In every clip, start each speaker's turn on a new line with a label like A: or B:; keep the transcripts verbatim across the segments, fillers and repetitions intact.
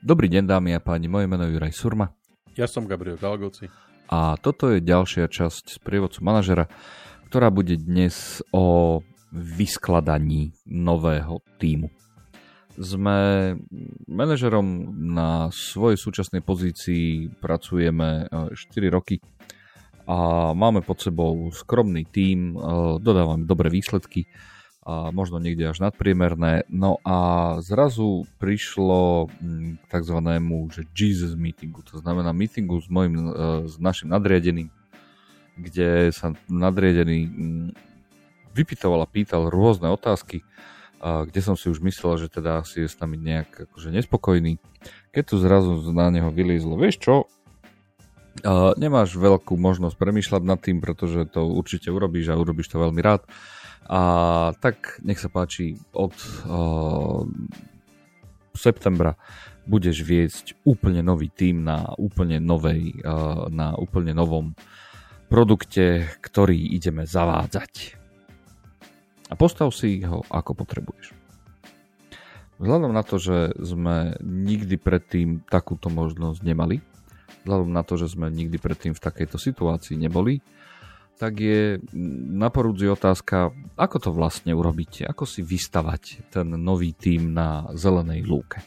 A: Dobrý deň, dámy a páni, moje meno je Juraj Surma.
B: Ja som Gabriel Galgoci.
A: A toto je ďalšia časť z prievodcu manažera, ktorá bude dnes o vyskladaní nového tímu. Sme manažerom na svojej súčasnej pozícii, pracujeme štyri roky a máme pod sebou skromný tím, dodávame dobré výsledky, a možno niekde až nadpriemerné. No a zrazu prišlo k takzvanému že Jesus meetingu, to znamená meetingu s, mojim, s našim nadriadeným, kde sa nadriadený vypytoval a pýtal rôzne otázky, kde som si už myslel, že teda asi je s nami nejak akože nespokojný. Keď tu zrazu na neho vyliezlo, vieš čo, nemáš veľkú možnosť premýšľať nad tým, pretože to určite urobíš a urobíš to veľmi rád. A tak nech sa páči, od uh, septembra budeš viesť úplne nový tím na úplne novej, uh, na úplne novom produkte, ktorý ideme zavádzať. A postav si ho ako potrebuješ. Vzhľadom na to, že sme nikdy predtým takúto možnosť nemali, vzhľadom na to, že sme nikdy predtým v takejto situácii neboli, tak je na porúdzi otázka, ako to vlastne urobiť, ako si vystavať ten nový tím na zelenej lúke.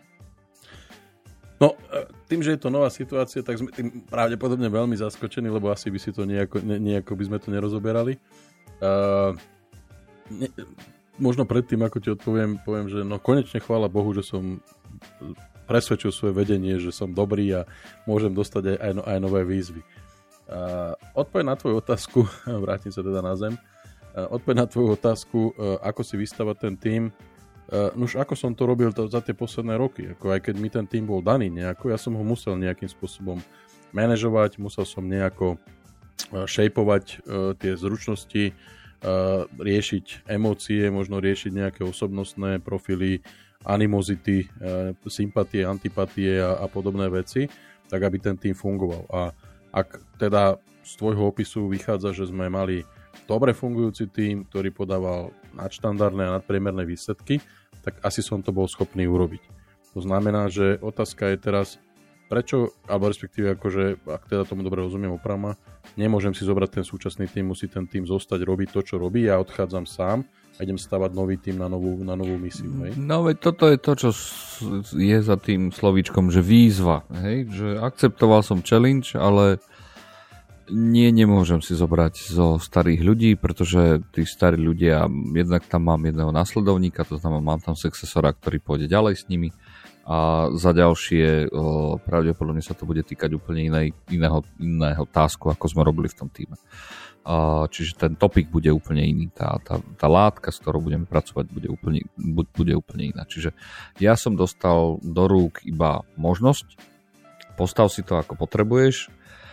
B: No, tým, že je to nová situácia, tak sme tým pravdepodobne veľmi zaskočení, lebo asi by si to nejako, ne, nejako by sme to nerozoberali. Uh, ne, možno predtým, ako ti odpoviem, poviem, že no konečne chvála Bohu, že som presvedčil svoje vedenie, že som dobrý a môžem dostať aj, aj, aj nové výzvy. Uh, odpoveď na tvoju otázku, vrátim sa teda na zem, uh, odpoveď na tvoju otázku, uh, ako si vystavať ten tím, uh, nuž ako som to robil to, za tie posledné roky, ako aj keď mi ten tím bol daný nejako, ja som ho musel nejakým spôsobom manažovať, musel som nejako uh, šejpovať uh, tie zručnosti, uh, riešiť emócie, možno riešiť nejaké osobnostné profily, animozity, uh, sympatie, antipatie a, a podobné veci, tak aby ten tím fungoval. A ak teda z tvojho opisu vychádza, že sme mali dobre fungujúci tím, ktorý podával nadštandardné a nadpriemerné výsledky, tak asi som to bol schopný urobiť. To znamená, že otázka je teraz, prečo, alebo respektíve akože, ak teda tomu dobre rozumiem oprava, nemôžem si zobrať ten súčasný tím, musí ten tím zostať, robiť to, čo robí, ja odchádzam sám a idem stavať nový tím na novú, na novú misiu. Hej?
A: No veď toto je to, čo je za tým slovíčkom, že výzva. Hej? Že akceptoval som challenge, ale nie, nemôžem si zobrať zo starých ľudí, pretože tí starí ľudia, jednak tam mám jedného následovníka, to znamená, mám tam successora, ktorý pôjde ďalej s nimi a za ďalšie o, pravdepodobne sa to bude týkať úplne inej, iného, iného tasku, ako sme robili v tom týme. A, čiže ten topik bude úplne iný, tá, tá, tá látka, s ktorou budeme pracovať, bude úplne, bude úplne iná. Čiže ja som dostal do rúk iba možnosť, postav si to ako potrebuješ,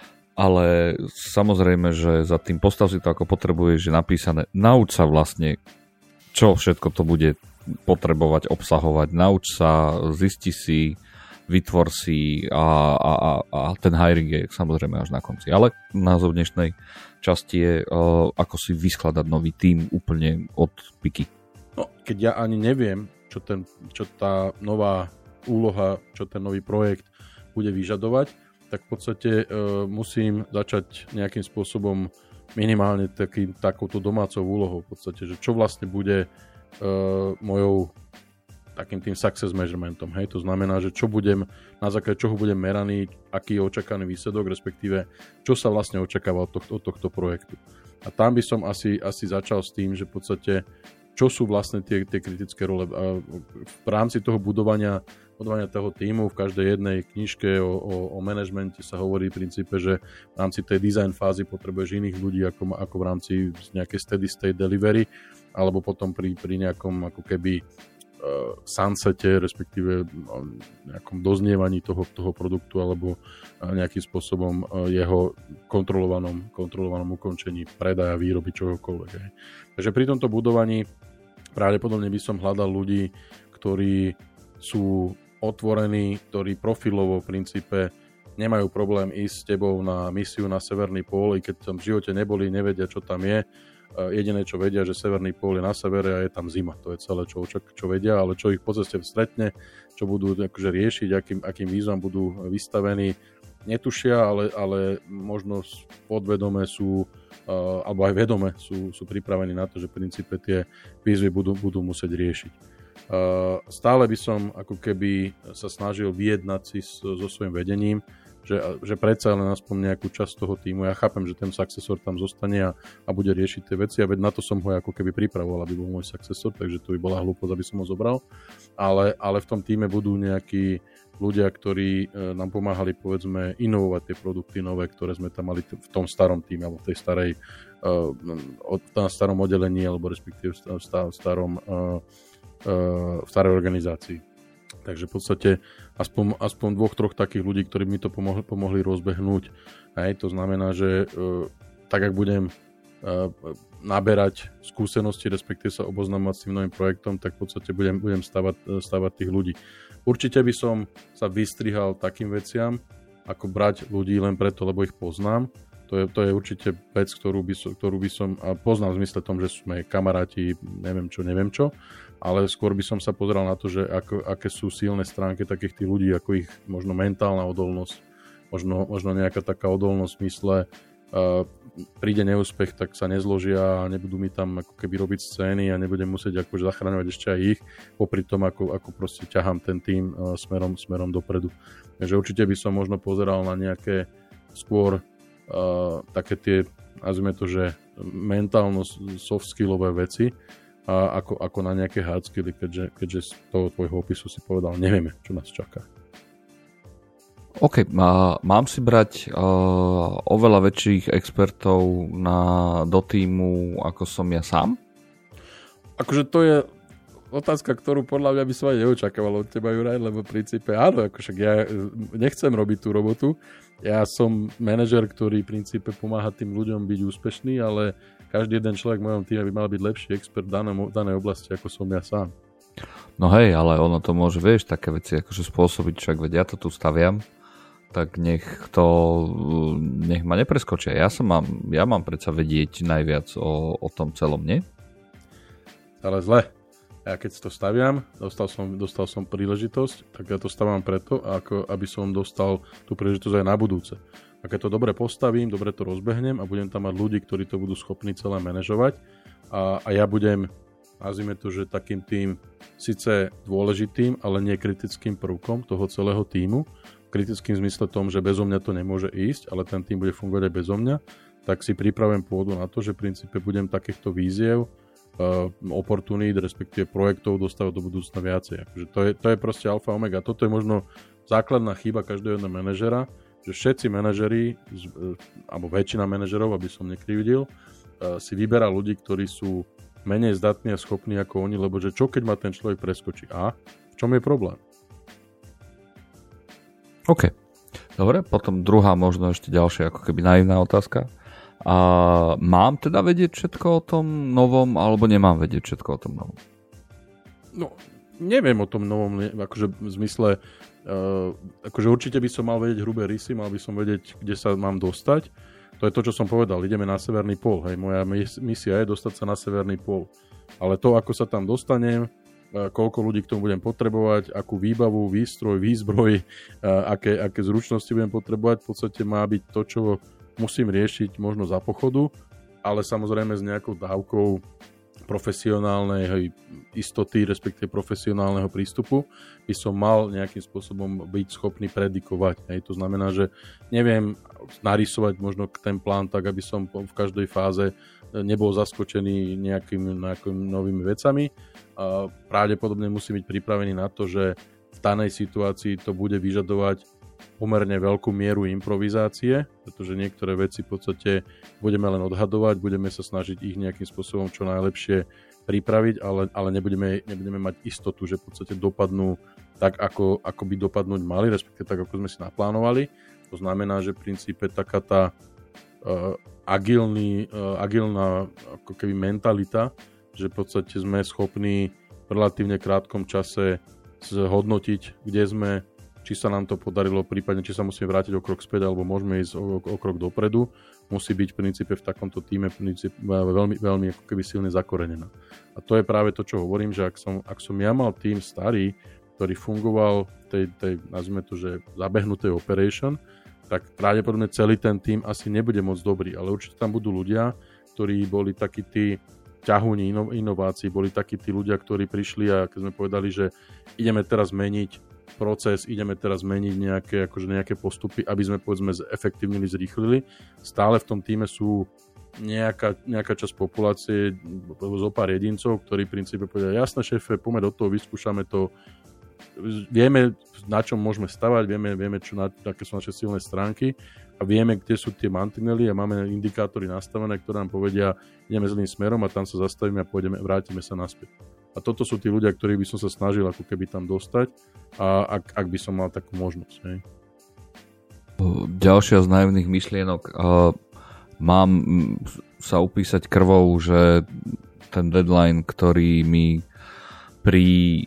A: ale samozrejme, že za tým postav si to ako potrebuješ, je napísané, nauč sa vlastne, čo všetko to bude potrebovať obsahovať, nauč sa, zisti si, vytvor si a, a, a, a ten hiring je samozrejme až na konci. Ale názov dnešnej časti je, uh, ako si vyskladať nový tím úplne od piky.
B: No, keď ja ani neviem, čo, ten, čo tá nová úloha, čo ten nový projekt bude vyžadovať, tak v podstate uh, musím začať nejakým spôsobom minimálne taký, takouto domácou úlohou. V podstate, že čo vlastne bude uh, mojou takým tým success measurementom. Hej? To znamená, že čo budem, na základe čoho budem meraný, aký je očakávaný výsledok, respektíve čo sa vlastne očakáva od tohto, od tohto projektu. A tam by som asi, asi začal s tým, že v podstate čo sú vlastne tie, tie kritické role. A v rámci toho budovania, budovania toho tímu v každej jednej knižke o, o, o manažmente sa hovorí v princípe, že v rámci tej design fázy potrebuješ iných ľudí ako, ako v rámci nejakej steady state delivery, alebo potom pri, pri nejakom ako keby sunsete, respektíve nejakom doznievaní toho, toho produktu alebo nejakým spôsobom jeho kontrolovanom, kontrolovanom ukončení predaja, výroby, čohokoľvek. Takže pri tomto budovaní pravdepodobne by som hľadal ľudí, ktorí sú otvorení, ktorí profilovo v princípe nemajú problém ísť s tebou na misiu na Severný pól, i keď tam v živote neboli, nevedia, čo tam je, Jediné, čo vedia, že severný pól je na severe a je tam zima. To je celé, čo, čo, čo vedia, ale čo ich po ceste stretne, čo budú akože riešiť, akým, akým výzvam budú vystavení, netušia, ale, ale možno podvedome sú, uh, alebo aj vedome sú, sú pripravení na to, že v princípe tie výzvy budú, budú musieť riešiť. Uh, stále by som ako keby sa snažil vyjednať si so, so svojím vedením, že, že predsa len aspoň nejakú časť toho týmu. Ja chápem, že ten successor tam zostane a, a bude riešiť tie veci a veď na to som ho ako keby pripravoval, aby bol môj successor, takže to by bola hlúposť, aby som ho zobral. Ale, ale v tom týme budú nejakí ľudia, ktorí e, nám pomáhali, povedzme, inovovať tie produkty nové, ktoré sme tam mali t- v tom starom týme, alebo v tej starej, e, od, v starom oddelení, alebo respektíve v starom, e, e, v starej organizácii. Takže v podstate aspoň, aspoň dvoch, troch takých ľudí, ktorí mi to pomohli, pomohli rozbehnúť. Hej, to znamená, že e, tak, ak budem e, naberať skúsenosti, respektíve sa oboznamovať s tým novým projektom, tak v podstate budem, budem stavať, stavať tých ľudí. Určite by som sa vystrihal takým veciam, ako brať ľudí len preto, lebo ich poznám. To je, to je určite vec, ktorú by, som, ktorú by som, a poznám v zmysle tom, že sme kamaráti, neviem čo, neviem čo, ale skôr by som sa pozeral na to, že ako, aké sú silné stránky takých tých ľudí, ako ich možno mentálna odolnosť, možno, možno nejaká taká odolnosť v zmysle, uh, príde neúspech, tak sa nezložia a nebudú mi tam ako keby robiť scény a nebudem musieť akože zachraňovať ešte aj ich, popri tom, ako, ako proste ťahám ten tým uh, smerom, smerom dopredu. Takže určite by som možno pozeral na nejaké skôr uh, také tie, nazvime to, že mentálno soft skillové veci, a ako, ako na nejaké hard skilly, keďže, keďže z toho tvojho opisu si povedal, nevieme, čo nás čaká.
A: OK, mám si brať uh, oveľa väčších expertov na, do týmu, ako som ja sám?
B: Akože to je otázka, ktorú podľa mňa by som aj neočakával od teba, Juraj, lebo v princípe áno, akože ja nechcem robiť tú robotu. Ja som manažer, ktorý v princípe pomáha tým ľuďom byť úspešný, ale každý jeden človek v mojom týme by mal byť lepší expert v danej, danej oblasti, ako som ja sám.
A: No hej, ale ono to môže, vieš, také veci akože spôsobiť, však veď ja to tu staviam, tak nech to, nech ma nepreskočia. Ja som mám, ja mám predsa vedieť najviac o, o tom celom, nie?
B: Ale zle. Ja keď to staviam, dostal som, dostal som príležitosť, tak ja to staviam preto, ako aby som dostal tú príležitosť aj na budúce. A keď to dobre postavím, dobre to rozbehnem a budem tam mať ľudí, ktorí to budú schopní celé manažovať a, a ja budem, nazvime to, že takým tým síce dôležitým, ale nie kritickým prvkom toho celého tímu, kritickým zmysle tom, že bezo mňa to nemôže ísť, ale ten tým bude fungovať aj bezo mňa, tak si pripravujem pôdu na to, že v princípe budem takýchto víziev, uh, oportunít, respektíve projektov dostávať do budúcna viacej. Akože to, je, to je proste alfa omega. Toto je možno základná chyba každého jedného manažera, že všetci manažeri, alebo väčšina manažerov, aby som nekrivdil, si vyberá ľudí, ktorí sú menej zdatní a schopní ako oni, lebo že čo keď ma ten človek preskočí? A v čom je problém?
A: OK. Dobre, potom druhá, možno ešte ďalšia, ako keby naivná otázka. A mám teda vedieť všetko o tom novom, alebo nemám vedieť všetko o tom novom?
B: No, neviem o tom novom, akože v zmysle Uh, akože určite by som mal vedieť hrubé rysy, mal by som vedieť, kde sa mám dostať. To je to, čo som povedal, ideme na severný pól. Hej. Moja misia je dostať sa na severný pól. Ale to, ako sa tam dostanem, uh, koľko ľudí k tomu budem potrebovať, akú výbavu, výstroj, výzbroj, uh, aké, aké zručnosti budem potrebovať, v podstate má byť to, čo musím riešiť možno za pochodu, ale samozrejme s nejakou dávkou profesionálnej istoty, respektíve profesionálneho prístupu, by som mal nejakým spôsobom byť schopný predikovať. Hej. To znamená, že neviem narysovať možno ten plán tak, aby som v každej fáze nebol zaskočený nejakým, nejakými novými vecami. A pravdepodobne musím byť pripravený na to, že v danej situácii to bude vyžadovať pomerne veľkú mieru improvizácie, pretože niektoré veci v podstate budeme len odhadovať, budeme sa snažiť ich nejakým spôsobom čo najlepšie pripraviť, ale, ale nebudeme, nebudeme mať istotu, že v podstate dopadnú tak, ako, ako by dopadnúť mali, respektíve tak, ako sme si naplánovali. To znamená, že v princípe taká tá uh, agilný, uh, agilná ako keby mentalita, že v podstate sme schopní v relatívne krátkom čase zhodnotiť, kde sme, či sa nám to podarilo, prípadne či sa musíme vrátiť o krok späť, alebo môžeme ísť o, o krok dopredu. musí byť v princípe v takomto týme v princípe veľmi, veľmi ako keby silne zakorenená. A to je práve to, čo hovorím, že ak som, ak som ja mal tým starý, ktorý fungoval tej, tej nazvime to, že zabehnutej operation, tak pravdepodobne celý ten tým asi nebude moc dobrý, ale určite tam budú ľudia, ktorí boli takí tí ťahúni inovácií, boli takí tí ľudia, ktorí prišli a keď sme povedali, že ideme teraz meniť proces, ideme teraz meniť nejaké, akože nejaké postupy, aby sme povedzme zefektívnili, zrýchlili. Stále v tom týme sú nejaká, nejaká časť populácie, zo pár jedincov, ktorí v princípe povedia, jasné šéfe, poďme do toho, vyskúšame to, vieme, na čom môžeme stavať, vieme, vieme čo, na, aké sú naše silné stránky a vieme, kde sú tie mantinely a máme indikátory nastavené, ktoré nám povedia, ideme zlým smerom a tam sa zastavíme a pôjdeme, vrátime sa naspäť. A toto sú tí ľudia, ktorých by som sa snažil ako keby tam dostať, a ak, ak by som mal takú možnosť. Hej.
A: Ďalšia z naivných myšlienok. Uh, mám sa upísať krvou, že ten deadline, ktorý mi pri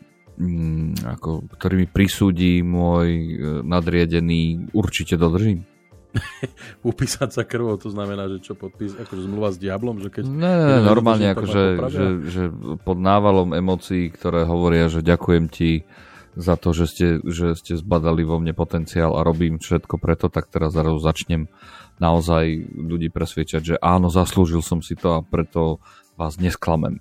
A: ako, ktorý mi prisúdi môj nadriadený, určite dodržím.
B: Upísať sa krvou, to znamená, že čo podpís, akože zmluva s diablom, že keď...
A: Ne, ne, normálne, akože že, že pod návalom emócií, ktoré hovoria, že ďakujem ti za to, že ste, že ste zbadali vo mne potenciál a robím všetko preto, tak teraz zrazu začnem naozaj ľudí presviečať, že áno, zaslúžil som si to a preto vás nesklamem.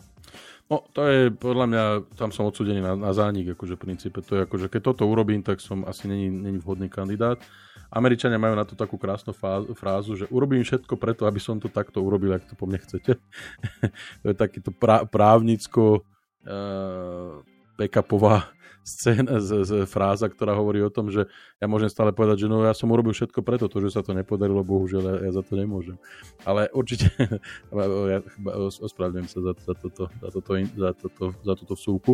B: No, to je, podľa mňa, tam som odsúdený na, na zánik, akože v princípe, to je akože, keď toto urobím, tak som asi není, není vhodný kandidát. Američania majú na to takú krásnu fázu, frázu, že urobím všetko preto, aby som to takto urobil, ak to po mne chcete. To je takýto prá, právnicko uh, backupová scéna, z, z, fráza, ktorá hovorí o tom, že ja môžem stále povedať, že no ja som urobil všetko preto, to, že sa to nepodarilo, bohužiaľ, ja, ja za to nemôžem. Ale určite, ja ospravedlňujem sa za, za, toto, za, toto, za, toto, za túto vsúku.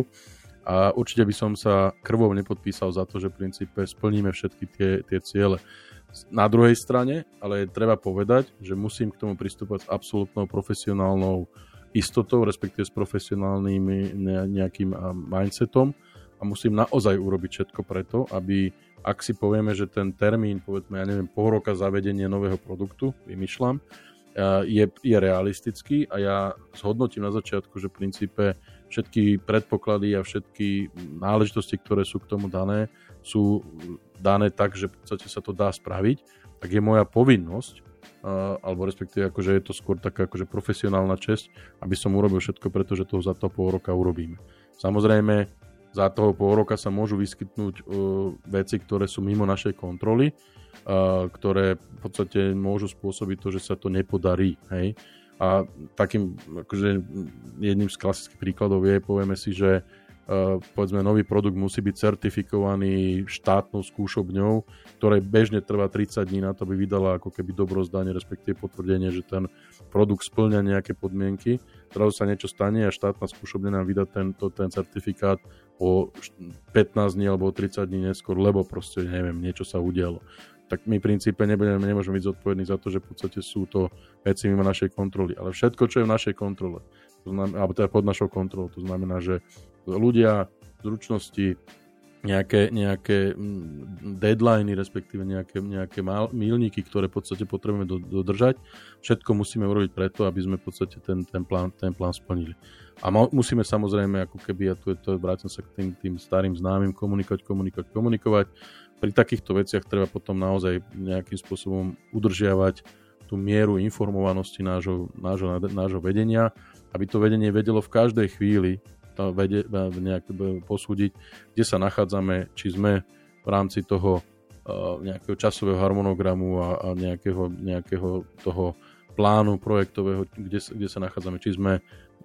B: A určite by som sa krvou nepodpísal za to, že v princípe splníme všetky tie, tie ciele. Na druhej strane, ale treba povedať, že musím k tomu pristúpať s absolútnou profesionálnou istotou, respektíve s profesionálnym nejakým mindsetom a musím naozaj urobiť všetko preto, aby, ak si povieme, že ten termín, povedzme, ja neviem, pol roka zavedenie nového produktu, vymýšľam, je, je realistický a ja zhodnotím na začiatku, že v princípe všetky predpoklady a všetky náležitosti, ktoré sú k tomu dané, sú dané tak, že v podstate sa to dá spraviť, tak je moja povinnosť, alebo respektíve akože je to skôr taká akože profesionálna česť, aby som urobil všetko, pretože toho za to pol roka urobíme. Samozrejme, za toho pol roka sa môžu vyskytnúť uh, veci, ktoré sú mimo našej kontroly, uh, ktoré v podstate môžu spôsobiť to, že sa to nepodarí. Hej? A takým akože jedným z klasických príkladov je, povieme si, že uh, povedzme nový produkt musí byť certifikovaný štátnou skúšobňou, ktoré bežne trvá tridsať dní na to, aby vydala ako keby dobrozdanie, respektíve potvrdenie, že ten produkt spĺňa nejaké podmienky. Zrazu sa niečo stane a štátna skúšobňa nám vydá tento, ten certifikát o pätnásť dní alebo o tridsať dní neskôr, lebo proste, neviem, niečo sa udialo. Tak my v princípe nebudeme, nemôžeme byť zodpovední za to, že v podstate sú to veci mimo našej kontroly. Ale všetko, čo je v našej kontrole, to znamená, alebo teda pod našou kontrolou, to znamená, že ľudia, zručnosti, nejaké, nejaké deadliny, respektíve nejaké, nejaké míľniky, ktoré v podstate potrebujeme dodržať. Všetko musíme urobiť preto, aby sme v podstate ten, ten, plán, ten plán splnili. A musíme samozrejme, ako keby, ja tu je to, vrátim sa k tým, tým starým známym, komunikovať, komunikovať, komunikovať. Pri takýchto veciach treba potom naozaj nejakým spôsobom udržiavať tú mieru informovanosti nášho, nášho, nášho vedenia, aby to vedenie vedelo v každej chvíli Vede, nejak posúdiť, kde sa nachádzame, či sme v rámci toho uh, nejakého časového harmonogramu a, a nejakého, nejakého toho plánu projektového, kde, kde sa nachádzame, či sme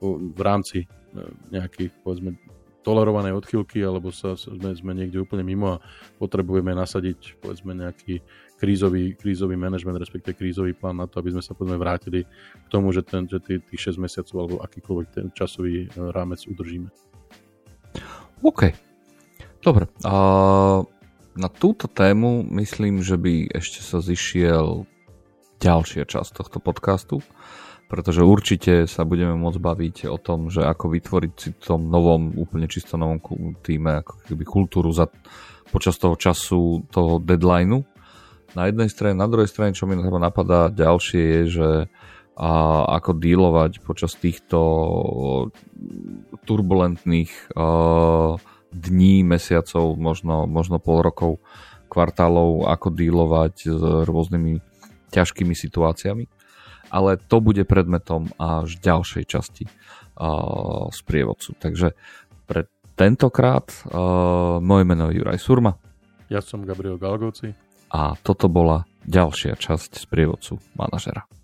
B: v rámci uh, nejakých, povedzme, tolerovanej odchýlky, alebo sa, sme, sme niekde úplne mimo a potrebujeme nasadiť, povedzme, nejaký krízový, krízový manažment, respektíve krízový plán na to, aby sme sa potom vrátili k tomu, že, ten, že tých, tých šesť mesiacov alebo akýkoľvek ten časový rámec udržíme.
A: OK. Dobre. A na túto tému myslím, že by ešte sa zišiel ďalšia časť tohto podcastu, pretože určite sa budeme môcť baviť o tom, že ako vytvoriť si v tom novom, úplne čisto novom týme ako keby kultúru za, počas toho času toho deadlineu. Na jednej strane, na druhej strane, čo mi napadá ďalšie je, že a ako dealovať počas týchto turbulentných uh, dní, mesiacov, možno, možno pol rokov, kvartálov, ako dealovať s rôznymi ťažkými situáciami. Ale to bude predmetom až ďalšej časti uh, sprievodcu. Takže pre tentokrát uh, moje meno je Juraj Surma.
B: Ja som Gabriel Galgoci.
A: A toto bola ďalšia časť sprievodcu manažera.